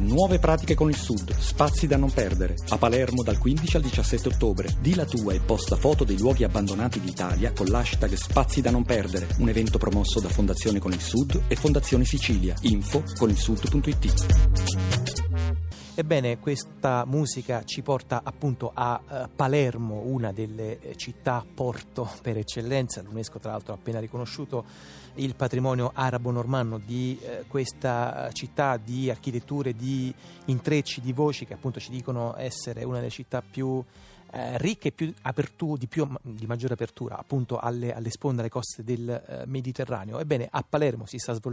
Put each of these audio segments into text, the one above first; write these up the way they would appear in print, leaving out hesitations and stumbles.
Nuove pratiche con il Sud, spazi da non perdere. A Palermo dal 15 al 17 ottobre. Di la tua e posta foto dei luoghi abbandonati d'Italia con l'hashtag Spazi da non perdere. Un evento promosso da Fondazione Con il Sud e Fondazione Sicilia. Info conilsud.it. Ebbene, questa musica ci porta appunto a Palermo, una delle città porto per eccellenza. L'UNESCO tra l'altro ha appena riconosciuto il patrimonio arabo-normanno di questa città, di architetture, di intrecci, di voci che appunto ci dicono essere una delle città più ricche e di maggiore apertura appunto alle sponde, alle coste del Mediterraneo. Ebbene, a Palermo si sta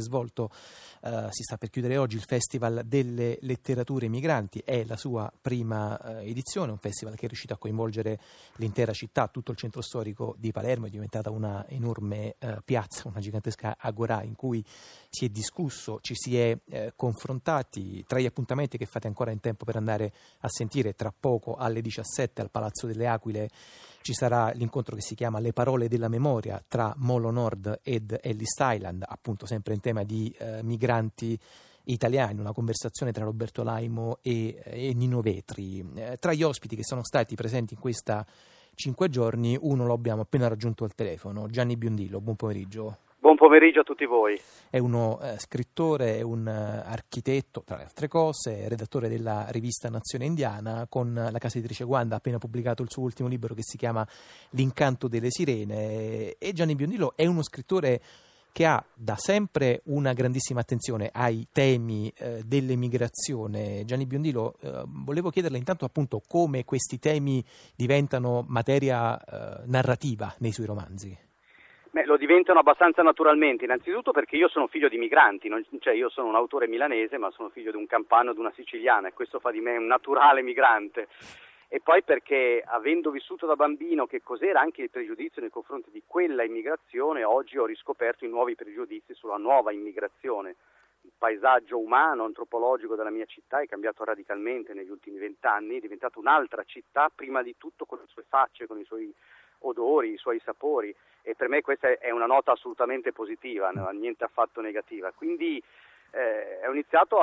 per chiudere oggi il Festival delle Letterature Migranti. È la sua prima edizione, un festival che è riuscito a coinvolgere l'intera città, tutto il centro storico di Palermo. È diventata una enorme piazza, una gigantesca agorà in cui si è discusso, ci si è confrontati. Tra gli appuntamenti che fate ancora in tempo per andare a sentire, tra poco alle 17 al Palazzo delle Aquile ci sarà l'incontro che si chiama Le parole della memoria tra Molo Nord ed Ellis Island, appunto sempre in tema di migranti italiani, una conversazione tra Roberto Laimo e Nino Vetri. Tra gli ospiti che sono stati presenti in questa 5 giorni, uno lo abbiamo appena raggiunto al telefono, Gianni Biondillo. Buon pomeriggio. Buon pomeriggio a tutti voi. È uno scrittore, è un architetto, tra le altre cose, redattore della rivista Nazione Indiana. Con la casa editrice Guanda ha appena pubblicato il suo ultimo libro che si chiama L'incanto delle sirene. E Gianni Biondillo è uno scrittore che ha da sempre una grandissima attenzione ai temi dell'emigrazione. Gianni Biondillo, volevo chiederle intanto appunto come questi temi diventano materia narrativa nei suoi romanzi. Lo diventano abbastanza naturalmente, innanzitutto perché io sono figlio di migranti, io sono un autore milanese ma sono figlio di un campano e di una siciliana e questo fa di me un naturale migrante. E poi perché, avendo vissuto da bambino che cos'era anche il pregiudizio nei confronti di quella immigrazione, oggi ho riscoperto i nuovi pregiudizi sulla nuova immigrazione. Il paesaggio umano, antropologico della mia città è cambiato radicalmente negli ultimi 20 anni, è diventata un'altra città, prima di tutto con le sue facce, con i suoi odori, i suoi sapori, e per me questa è una nota assolutamente positiva, niente affatto negativa. Quindi ho iniziato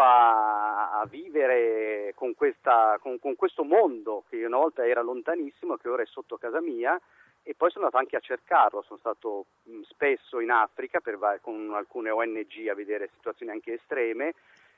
a vivere con questo mondo che una volta era lontanissimo e che ora è sotto casa mia, e poi sono andato anche a cercarlo. Sono stato spesso in Africa con alcune ONG a vedere situazioni anche estreme,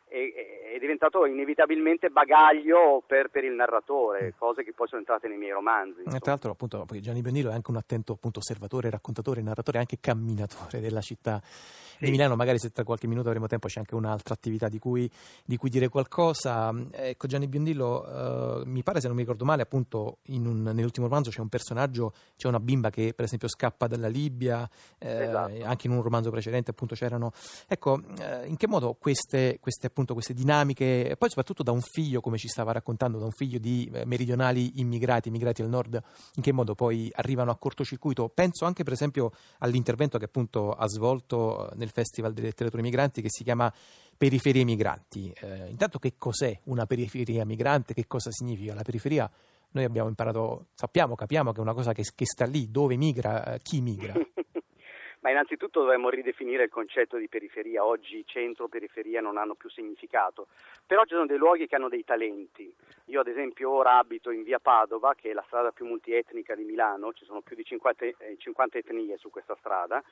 è diventato inevitabilmente bagaglio per il narratore, cose che poi sono entrate nei miei romanzi. Tra l'altro appunto poi Gianni Biondillo è anche un attento appunto osservatore, raccontatore, narratore, anche camminatore della città di Milano. Magari se tra qualche minuto avremo tempo c'è anche un'altra attività di cui dire qualcosa. Ecco, Gianni Biondillo, mi pare, se non mi ricordo male, appunto nell'ultimo romanzo c'è un personaggio, c'è una bimba che per esempio scappa dalla Libia, esatto. Anche in un romanzo precedente appunto c'erano, ecco, in che modo queste dinamiche, e poi soprattutto da un figlio, come ci stava raccontando, da un figlio di meridionali immigrati al nord, in che modo poi arrivano a cortocircuito? Penso anche per esempio all'intervento che appunto ha svolto nel Festival delle Letterature Migranti, che si chiama Periferie Migranti. Intanto, che cos'è una periferia migrante? Che cosa significa la periferia? Noi abbiamo imparato, capiamo che è una cosa che sta lì, dove migra, chi migra. Ma innanzitutto dovremmo ridefinire il concetto di periferia. Oggi centro, periferia non hanno più significato, però ci sono dei luoghi che hanno dei talenti. Io ad esempio ora abito in via Padova, che è la strada più multietnica di Milano, ci sono più di 50 etnie su questa strada,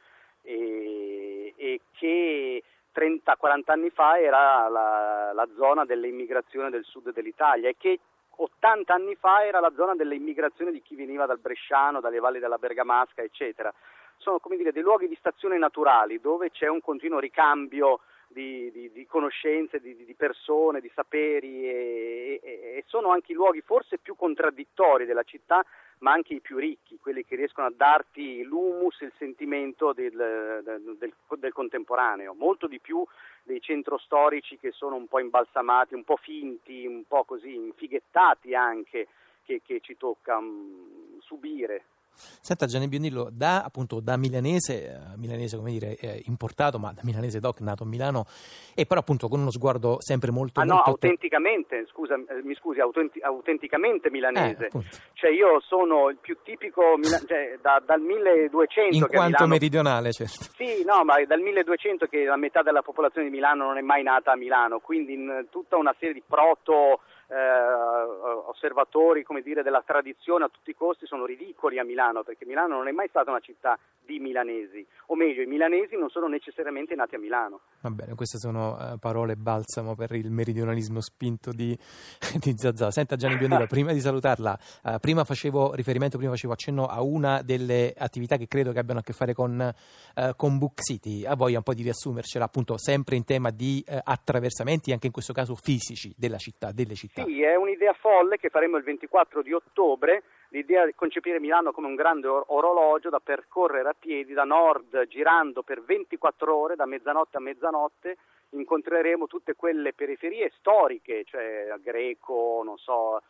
e che 30-40 anni fa era la zona dell'immigrazione del sud dell'Italia, e che 80 anni fa era la zona dell'immigrazione di chi veniva dal Bresciano, dalle valli della Bergamasca, eccetera. Sono, come dire, dei luoghi di stazione naturali dove c'è un continuo ricambio di conoscenze, di persone, di saperi, e sono anche i luoghi forse più contraddittori della città, ma anche i più ricchi, quelli che riescono a darti l'humus, il sentimento del contemporaneo, molto di più dei centro storici che sono un po' imbalsamati, un po' finti, un po' così infighettati anche, che ci tocca subire. Senta Gianni Biondillo, da milanese come dire, importato, ma da milanese doc, nato a Milano, e però appunto con uno sguardo sempre molto... autenticamente, autenticamente milanese. Cioè io sono il più tipico, dal 1200... In che quanto Milano... meridionale, certo. Sì, no, ma dal 1200 che la metà della popolazione di Milano non è mai nata a Milano, quindi in tutta una serie di osservatori, come dire, della tradizione a tutti i costi sono ridicoli a Milano, perché Milano non è mai stata una città di milanesi, o meglio, i milanesi non sono necessariamente nati a Milano. Va bene, queste sono parole balsamo per il meridionalismo spinto di Zazà. Senta Gianni Biondillo, prima di salutarla, prima facevo accenno a una delle attività che credo che abbiano a che fare con Book City. A voi un po' di riassumercela, appunto sempre in tema di attraversamenti, anche in questo caso fisici delle città. Sì, è un'idea folle che faremo il 24 di ottobre, l'idea di concepire Milano come un grande orologio da percorrere a piedi da nord, girando per 24 ore, da mezzanotte a mezzanotte. Incontreremo tutte quelle periferie storiche, cioè Greco, non so,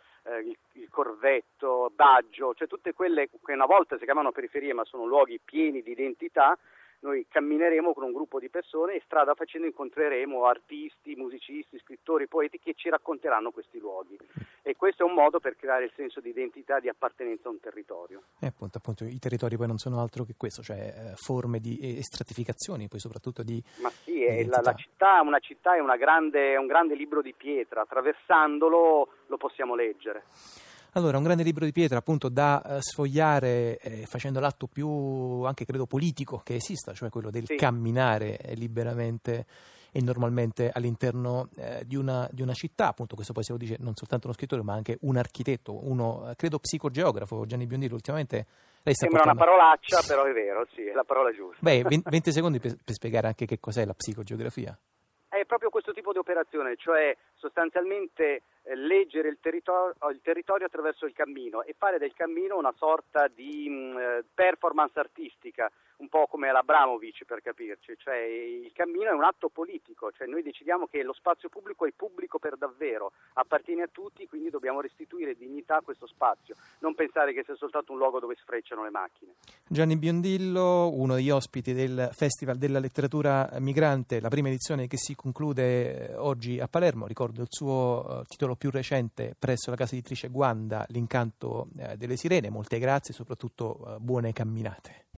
il Corvetto, Baggio, cioè tutte quelle che una volta si chiamavano periferie ma sono luoghi pieni di identità. Noi cammineremo con un gruppo di persone e strada facendo incontreremo artisti, musicisti, scrittori, poeti che ci racconteranno questi luoghi, e questo è un modo per creare il senso di identità, di appartenenza a un territorio. Appunto i territori poi non sono altro che questo, cioè forme di stratificazioni, poi soprattutto di... Ma sì, una città è un grande libro di pietra, attraversandolo lo possiamo leggere. Allora, un grande libro di pietra appunto da sfogliare facendo l'atto più anche credo politico che esista, cioè quello del camminare liberamente e normalmente all'interno di una città. Appunto questo poi se lo dice non soltanto uno scrittore ma anche un architetto, uno credo psicogeografo. Gianni Biondillo, ultimamente lei sta sembra una parolaccia, però è vero, sì, è la parola giusta. 20 secondi per spiegare anche che cos'è la psicogeografia. È proprio questo tipo di operazione, cioè sostanzialmente leggere il territorio attraverso il cammino e fare del cammino una sorta di performance artistica, un po' come l'Abramovic, per capirci, cioè il cammino è un atto politico, cioè noi decidiamo che lo spazio pubblico è pubblico per davvero, appartiene a tutti, quindi dobbiamo restituire dignità a questo spazio, non pensare che sia soltanto un luogo dove sfrecciano le macchine. Gianni Biondillo, uno degli ospiti del Festival della Letteratura Migrante, la prima edizione che si conclude oggi a Palermo. Ricordo il suo titolo più recente presso la casa editrice Guanda, L'incanto delle sirene. Molte grazie e soprattutto buone camminate.